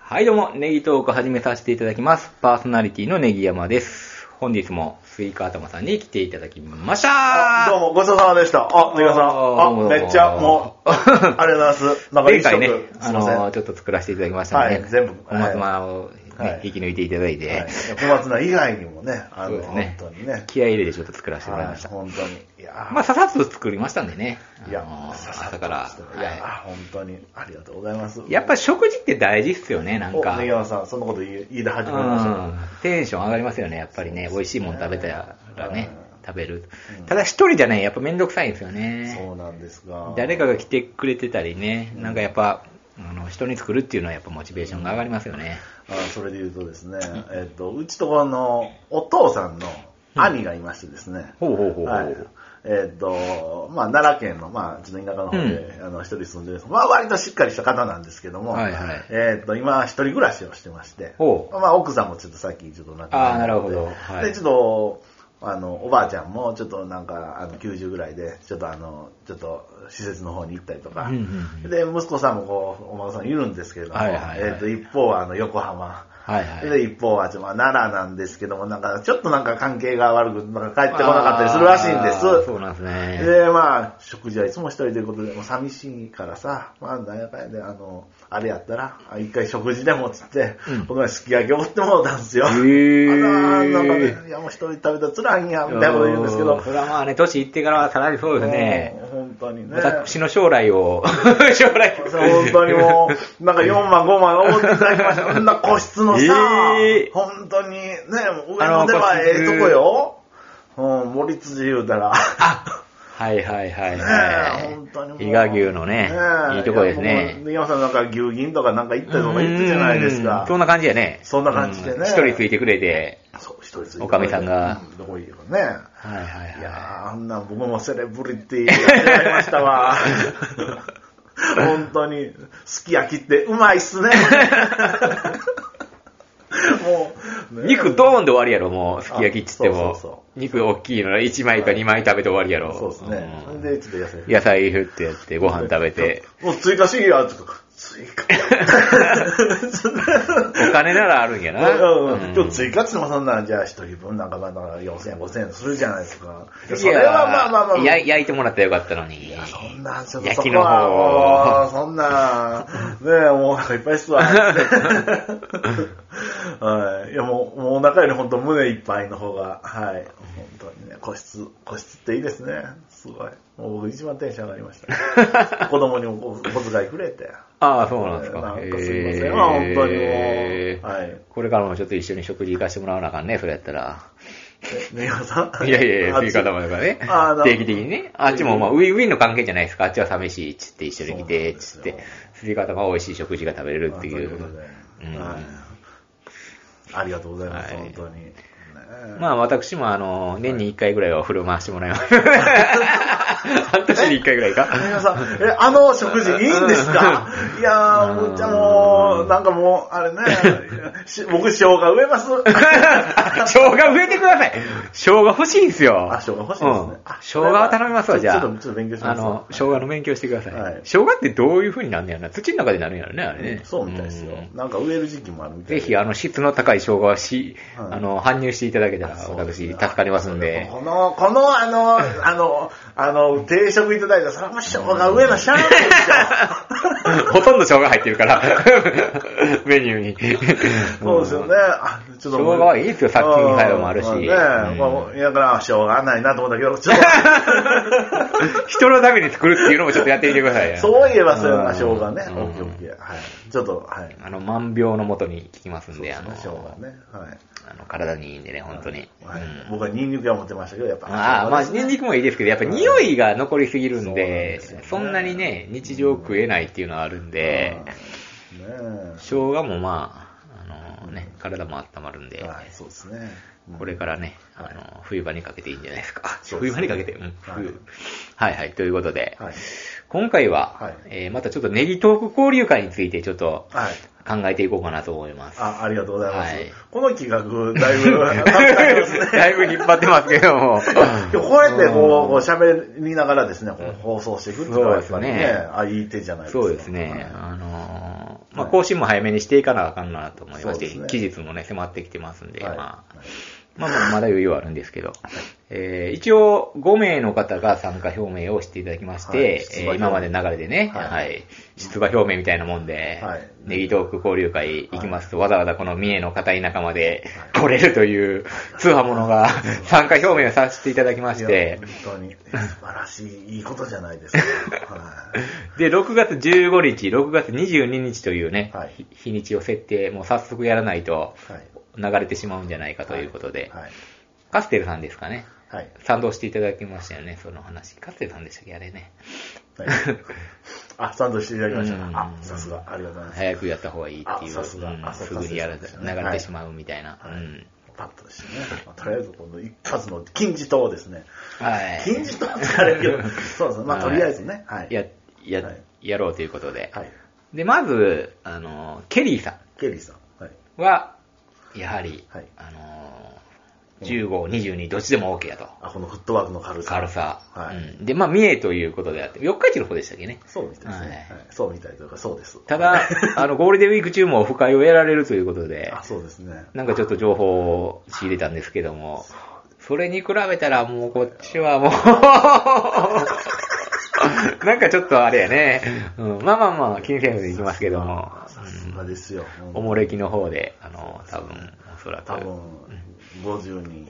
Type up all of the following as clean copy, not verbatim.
はいどうも、ネギトーク始めさせていただきます。パーソナリティのネギ山です。本日もスイカ頭さんに来ていただきましたどうも、ごちそうさまでした。ネギ山さん。めっちゃ、もう、ありがとうございます。なんか前回ね、ちょっと作らせていただきましたので、 はい、全部。 小松菜をね、引き抜いていただいて。 小松菜以外にもね、 そうですね。 本当にね。 気合い入れてちょっと作らせてもらいました。 本当に。 まあ、ささっと作りましたんでね。 いや、朝から。 いや、本当にありがとうございます。 やっぱ食事って大事っすよね、なんか。 ネギ山さん、そんなこと言い出始めました。 テンション上がりますよね、やっぱりね。美味しいもの食べたらね。食べる。ただ一人じゃね、やっぱめんどくさいんですよね。 そうなんですが。 誰かが来てくれてたりね、なんかやっぱ、人に作るっていうのはやっぱモチベーションが上がりますよね。 それで言うとですね、うちとこのお父さんの兄がいましてですね。 ほうほうほう。 はい。まあ、奈良県の、まあ、ちょっと田舎の方で、一人住んでるんです。まあ、割としっかりした方なんですけども、 はいはい。 今、一人暮らしをしてまして、まあ、奥さんもちょっとさっきちょっと亡くなって、 なるほど。はい、 で、ちょっと、おばあちゃんもちょっとなんか、90ぐらいで、ちょっと施設の方に行ったりとか、で、息子さんもこう、お孫さんいるんですけれども、一方は横浜、で、一方は奈良なんですけども、なんか、ちょっとなんか関係が悪く、なんか帰ってこなかったりするらしいんです。 そうなんですね。 で、まあ、食事はいつも一人ということで、もう寂しいからさ、まあ、なんやかんやで、あれやったら、一回食事でもつって、この前すき焼きおってもらったんですよ。なんかね、いやもう一人食べたら辛いんや、みたいなこと言うんですけど。 それはまあね、年いってからはさらにそうですね。 本当にね。 私の将来を、 本当にもう、なんか4万5万思っていただきました。そんな個室のさ、本当にね、上の出はええとこよ。森辻言うたら。 はいはいはいはい。 本当にもう。 伊賀牛のね、いいとこですね。 山さんなんか牛銀とかなんか行ったとか言ってじゃないですか。 そんな感じやね。 そんな感じでね。 一人ついてくれて。 そう、一人ついてくれて。 おかみさんが。 どこいいよね。はいはいはい。 いやー、あんな僕もセレブリティやってまいりましたわ。本当に、すき焼きってうまいっすね。 もう、肉ドーンで終わりやろ、もう、すき焼きっつっても。肉大きいの1枚か2枚食べて終わりやろ。 そうですね。それで、ちょっと野菜振ってやって、ご飯食べて。 もう追加しや、ちょっと。追加。 お金ならあるんやな。 今日追加ってもそんなんじゃあ一人分なんか4000円、5000円するじゃないですか。それはまあ。 焼いてもらったらよかったのに。 いや、そんな、ちょっと焼きの方。 そんな、ねえ、もうお腹いっぱいっすわ。はい。いや、もうお腹より本当胸いっぱいの方が、はい。本当にね、個室っていいですね。すごい。もう僕一番テンション上がりました。子供にも小遣いくれて。 そうなんですか。 なんかすいません。本当にもう。はい。 これからもちょっと一緒に食事行かしてもらわなあかんね、それやったら。 ネギさんいや、スイカ玉とかね。定期的にね。あっちもまあウィンウィンの関係じゃないですか。あっちは寂しいっつって一緒に来て、つって。スイカ玉は美味しい食事が食べれるっていう。 ありがとうございます、本当に。 まあ私も年に1回ぐらいはお風呂回してもらいます。半年に1回ぐらいか。 皆さん、食事いいんですか？いやー、じゃあもう、なんかもう、あれね、僕生姜植えます。 生姜植えてください。生姜欲しいんすよ。 生姜欲しいですね。 生姜は頼みますわ、じゃあ。 ちょっと勉強します。 生姜の勉強してください。生姜ってどういう風になるんやろな。土の中でなるんやろね、あれね。 そうみたいですよ。なんか植える時期もあるみたいで。ぜひ、質の高い生姜は搬入していただけたら、私、助かりますんで。 この、定食いただいたら、それも生姜植えなしゃあないですよ。 ほとんど生姜入ってるから、メニューに。 そうですよね。 生姜はいいですよ、殺菌作用もあるし。 だから生姜ないなと思ったけど、ちょっと。 人のために作るっていうのもちょっとやってみてください。 そういえばそういう生姜ね。オッケーオッケー。はい。ちょっと、はい。 万病のもとに効きますんで、 生姜ね。はい。 体にいいんでね、本当に。 僕はニンニクは持ってましたけど、やっぱ。 まあ、ニンニクもいいですけど、やっぱ匂いが残りすぎるんで、そんなにね、日常食えないっていうのはあるんで、生姜もまあ、体も温まるんで、 そうですね。 これからね、冬場にかけていいんじゃないですか。冬場にかけて、冬。はいはい、ということで、今回は、またちょっとネギトーク交流会についてちょっと考えていこうかなと思います。 ありがとうございます。この企画、だいぶ、 だいぶ引っ張ってますけども。 こうやってこう喋りながらですね、放送していくっていうのはやっぱりね、いい手じゃないですか。 そうですね。 まあ、更新も早めにしていかなあかんなと思いまして、期日もね、迫ってきてますんで、まあまだ余裕はあるんみですけど、一応5名の方が参加表明をしていただきまして、今までの流れでね、出馬表明みたいなもんで、ネギトーク交流会行きますと、わざわざこの三重の片田舎まで来れるという通派者が参加表明をさせていただきまして、 本当に素晴らしい、いいことじゃないですか。 で、6月15日、6月22日というね、日にちを設定、もう早速やらないと流れてしまうんじゃないかということで、カステルさんですかね。賛同していただきましたよね、その話。カステルさんでしたっけ、あれね。 賛同していただきました。さすが、ありがとうございます。 早くやった方がいいっていう。 さすが、 すぐに流れてしまうみたいな。 パッとですね。とりあえず、今度一発の金字塔ですね。金字塔ってあれけど、そうですね。まあ、とりあえずね。 やろうということで。で、まず、ケリーさんは、やはり、15、22、どっちでも OK やと。 このフットワークの軽さ。 で、まあ、三重ということであって、四日市の方でしたっけね。 そうみたいですね。そうみたいというか、そうです。 ただ、ゴールデンウィーク中もオフ会をやられるということで、 そうですね。 なんかちょっと情報を仕入れたんですけども、それに比べたらもうこっちはもう、なんかちょっとあれやね。まあ、気にせずに行きますけども。 さすがですよ。 おもれきの方で、多分、おそらく。 50人。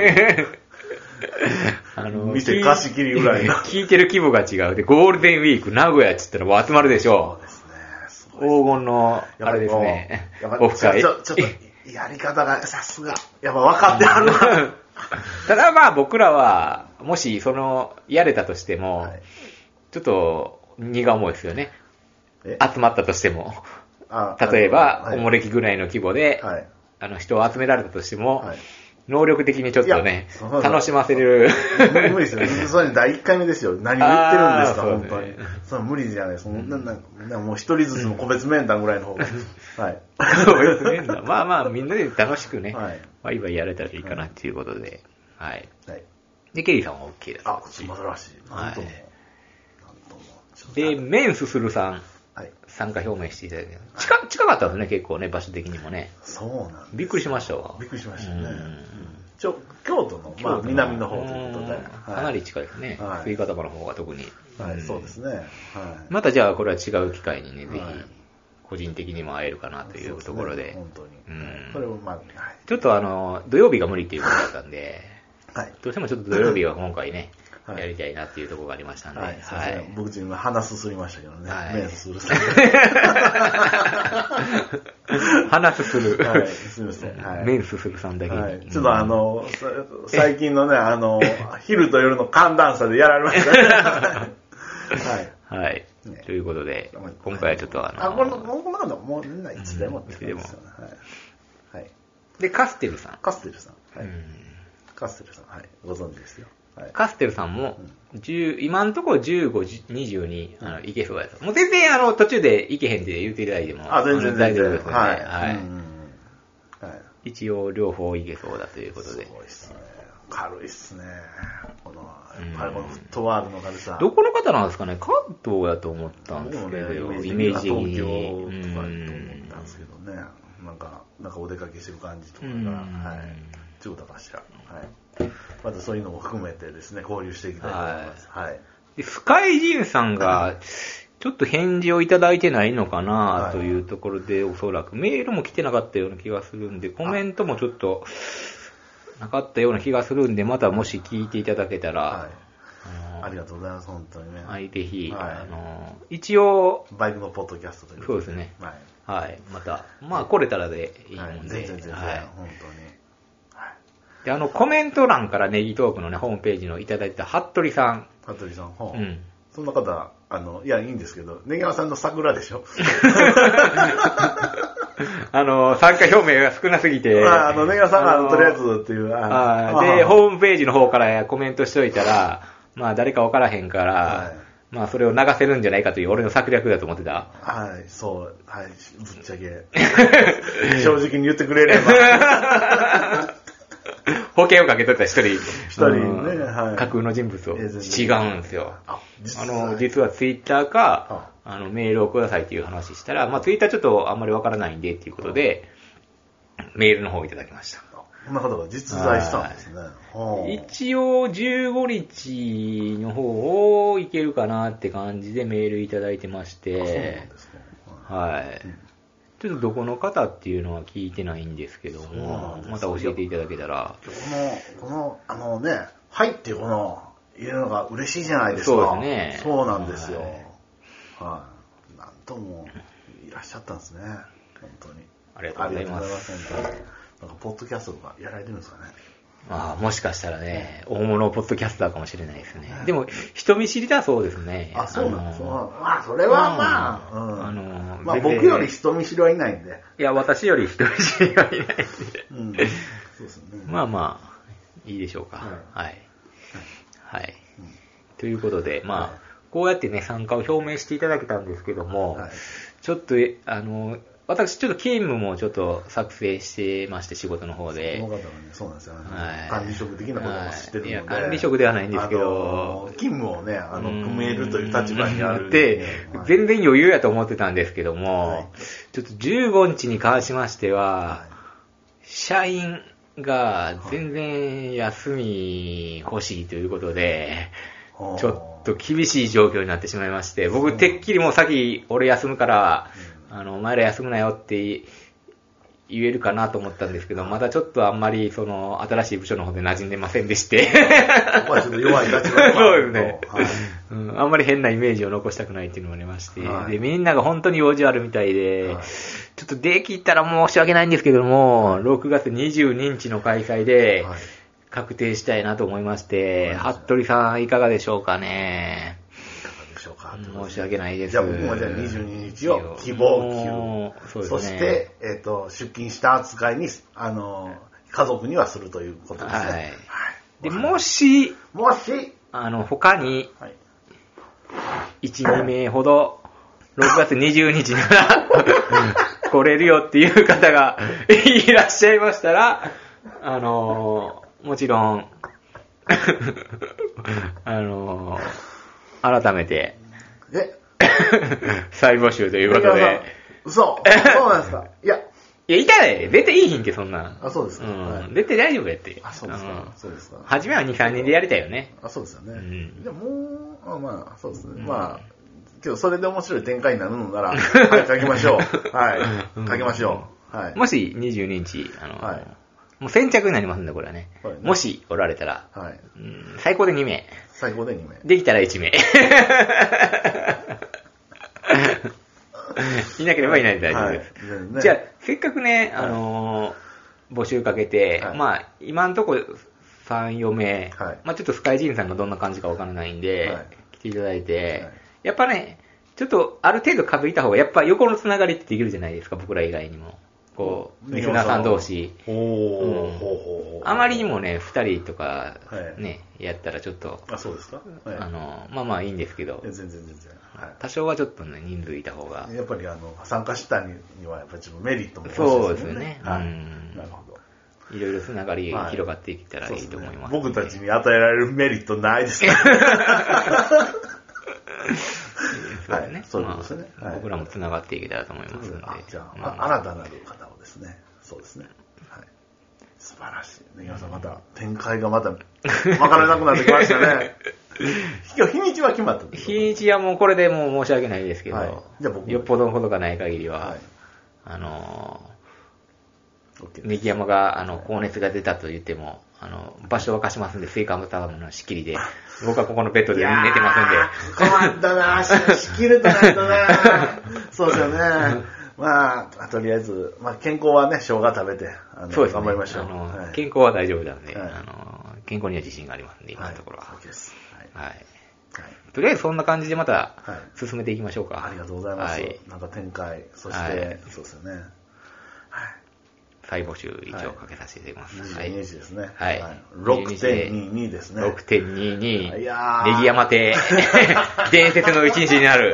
店貸し切りぐらいの。 聞いてる規模が違う。で、ゴールデンウィーク、名古屋って言ったらもう集まるでしょう。そうですね。黄金の、あれですね。オフ会。 ちょっと、やり方がさすが、やっぱ分かってはるな。 ただまあ僕らは、もしやれたとしても、ちょっと荷が重いですよね。集まったとしても。例えば、おもれきぐらいの規模で、人を集められたとしても、能力的にちょっとね、楽しませる。 無理ですよ。それ第1回目ですよ。何を言ってるんですか、本当に。それ無理じゃないです。もう一人ずつの個別面談ぐらいの方が。 個別面談。まあ、みんなで楽しくね、ワイワイやれたらいいかなっていうことで。で、ケリーさんは OK です。 素晴らしい。なんとも。 で、メンススルさん。参加表明していただいて。近かったんですね、結構ね、場所的にもね。 そうなんです。 びっくりしましたわ。 びっくりしましたね。京都の、南の方ということで。 かなり近いですね。食い方の方が特に。 そうですね。 またじゃあ、これは違う機会にね、ぜひ、個人的にも会えるかなというところで。 本当に。それをちょっと土曜日が無理っていうことだったんで、どうしてもちょっと土曜日は今回ね、やりたいなっていうところがありましたんで。 僕自身は鼻すすりましたけどね。メンスするさん。 鼻すする。 すみません。 メンスするさんだけに。 ちょっと最近のね、昼と夜の寒暖差でやられましたね。 はい。ということで、今回はちょっとこのもうみんないつでもって言ってますよね。 で、カステルさん。 カステルさん。ご存知ですよ。 カステルさんも、今のところ15、22、いけそうやと。もう全然途中でいけへんって言っていただいても、 全然大丈夫ですので、一応両方いけそうだということで。 すごいっすね。軽いっすね。このフットワークの軽さ。 どこの方なんですかね、関東やと思ったんですけど、イメージ的に。 東京とかと思ったんですけどね。なんかお出かけしてる感じとかが、中途かしら。またそういうのも含めてですね、交流していきたいと思います。 でスカイジンさんが、ちょっと返事をいただいてないのかなというところで、おそらくメールも来てなかったような気がするんで、コメントもちょっとなかったような気がするんで、またもし聞いていただけたら、 ありがとうございます、本当にね。 ぜひ、一応、 バイクのポッドキャストというそうですね。また、来れたらでいいもんで。 全然、本当に。 で、コメント欄からネギトークのね、ホームページのいただいた服部さん。 そんな方、いや、いいんですけど、ネギワさんの桜でしょ参加表明が少なすぎて。 ネギワさんがとりあえずっていう。 で、ホームページの方からコメントしといたら、誰か分からへんから、それを流せるんじゃないかという俺の策略だと思ってた。 ぶっちゃけ。正直に言ってくれれば。 保険をかけとった一人。 ね。 架空の人物を。違うんですよ。実はツイッターか、メールをくださいっていう話したら、まあツイッターちょっとあんまりわからないんでっていうことで、メールの方をいただきました。 こんな方が実在したんですね。 一応15日の方をいけるかなって感じでメールいただいてまして、 そうなんですか。 はい。ちょっとどこの方っていうのは聞いてないんですけども、また教えていただけたら。 はいってこの、言えるのが嬉しいじゃないですか。 そうですね。 そうなんですよ。はい。なんともいらっしゃったんですね。本当に。 ありがとうございます。 なんか、ポッドキャストとかやられてるんですかね。 もしかしたらね、大物ポッドキャスターかもしれないですね。でも、人見知りだそうですね。 そうなんです。まあ、それはまあ、僕より人見知りはいないんで。 いや、私より人見知りはいないんで。 そうですね。 まあまあ、いいでしょうか。はい。はい。ということで、まあ、こうやってね、参加を表明していただけたんですけども、ちょっと、私ちょっと勤務もちょっと作成してまして、仕事の方で。 この方はね、そうなんですよ。管理職的なことも知ってるので。いや、 管理職ではないんですけど、 勤務をね、組めるという立場にある。 で、全然余裕やと思ってたんですけども、ちょっと15日に関しましては、社員が全然休み欲しいということで、ちょっと厳しい状況になってしまいまして、僕てっきりもう先俺休むから、お前ら休むなよって言えるかなと思ったんですけど、まだちょっとあんまり新しい部署の方で馴染んでませんでして。 ちょっと弱い立場そうですね、あんまり変なイメージを残したくないっていうのもありまして、で、みんなが本当に用事あるみたいで、ちょっとできたら申し訳ないんですけども、6月22日の開催で確定したいなと思いまして、服部さんいかがでしょうかね。申し訳ないです。 じゃあ僕もじゃあ22日を希望級。そして、出勤した扱いに、家族にはするということですね。 で、もし、他に、1、2名ほど、6月20日なら、来れるよっていう方がいらっしゃいましたら、もちろん、改めて、再募集ということで。 そうなんですか。いや、 いたね。絶対いいひんけ、そんな。 そうですか。 絶対大丈夫やって。 そうですか。 初めは2、3人でやりたいよね。 そうですよね。でもまあ、そうですね。まあ、けどそれで面白い展開になるのなら、書きましょう。書きましょう。 もし22日、もう先着になりますんで、これはね。もしおられたら、最高で2名。 最高で2名。 できたら1名。いなければいないで大丈夫です。じゃあ、せっかくね、募集かけて、まあ、今んとこ3、4名、まあちょっとスカイジンさんがどんな感じかわからないんで、来ていただいて、やっぱね、ちょっとある程度数いた方が、やっぱ横のつながりってできるじゃないですか、僕ら以外にも。こう、リスナーさん同士。あまりにもね、2人とかね、やったらちょっと、 そうですか。 まあまあいいんですけど、 全然。 多少はちょっとね、人数いた方が。 やっぱり参加したには、やっぱりちょっとメリットもそうですよね。 なるほど。 いろいろつながり広がっていけたらいいと思います。 僕たちに与えられるメリットないですかそうですね。 そういうことですね。 僕らもつながっていけたらと思いますので。 じゃあ、新たなる方をですね。そうですね。素晴らしい。ね、皆さんまた、展開がまた、わからなくなってきましたね。今日日にちは決まったんですか？ 日にちはもうこれでもう申し訳ないですけど、よっぽどのことがない限りは、ネギ山が、高熱が出たと言っても、場所は貸しますんで、スイカムタワーの仕切りで、僕はここのベッドで寝てますんで。 困ったな仕切るとないとなそうですよね。まあ、とりあえず、まあ、健康はね、生姜食べて、 そうですね、 頑張りましょう。 健康は大丈夫なんで、健康には自信がありますんで、今のところは。はい。とりあえずそんな感じでまた進めていきましょうか。 ありがとうございます。なんか展開、そして、そうですよね。 再募集一応かけさせていただきます。 22日ですね。 はい。 6.22 ですね。 6.22。ネギ山亭。伝説の一日になる。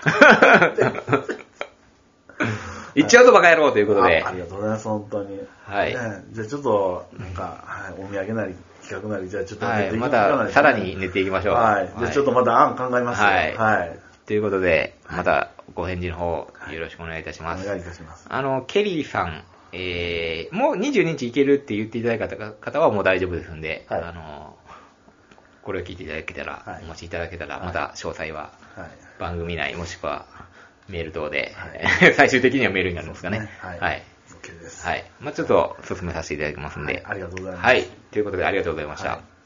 言っちゃうとバカ野郎ということで。 ありがとうございます、本当に。 はい。 じゃあちょっと、なんか、お土産なり企画なり、じゃあちょっとはい、またさらに練っていきましょう。 はい。じゃあちょっとまた案考えますよ。 はい。はい。ということで、またご返事の方よろしくお願いいたします。 お願いいたします。 ケリーさん、もう22日いけるって言っていただいた方はもう大丈夫ですんで、はい、これを聞いていただけたら、お待ちいただけたら、また詳細は番組内もしくはメール等で、最終的にはメールになるんですかね。はい。 OK です。 はい。まあちょっと進めさせていただきますんで。 ありがとうございます。 はい。ということでありがとうございました。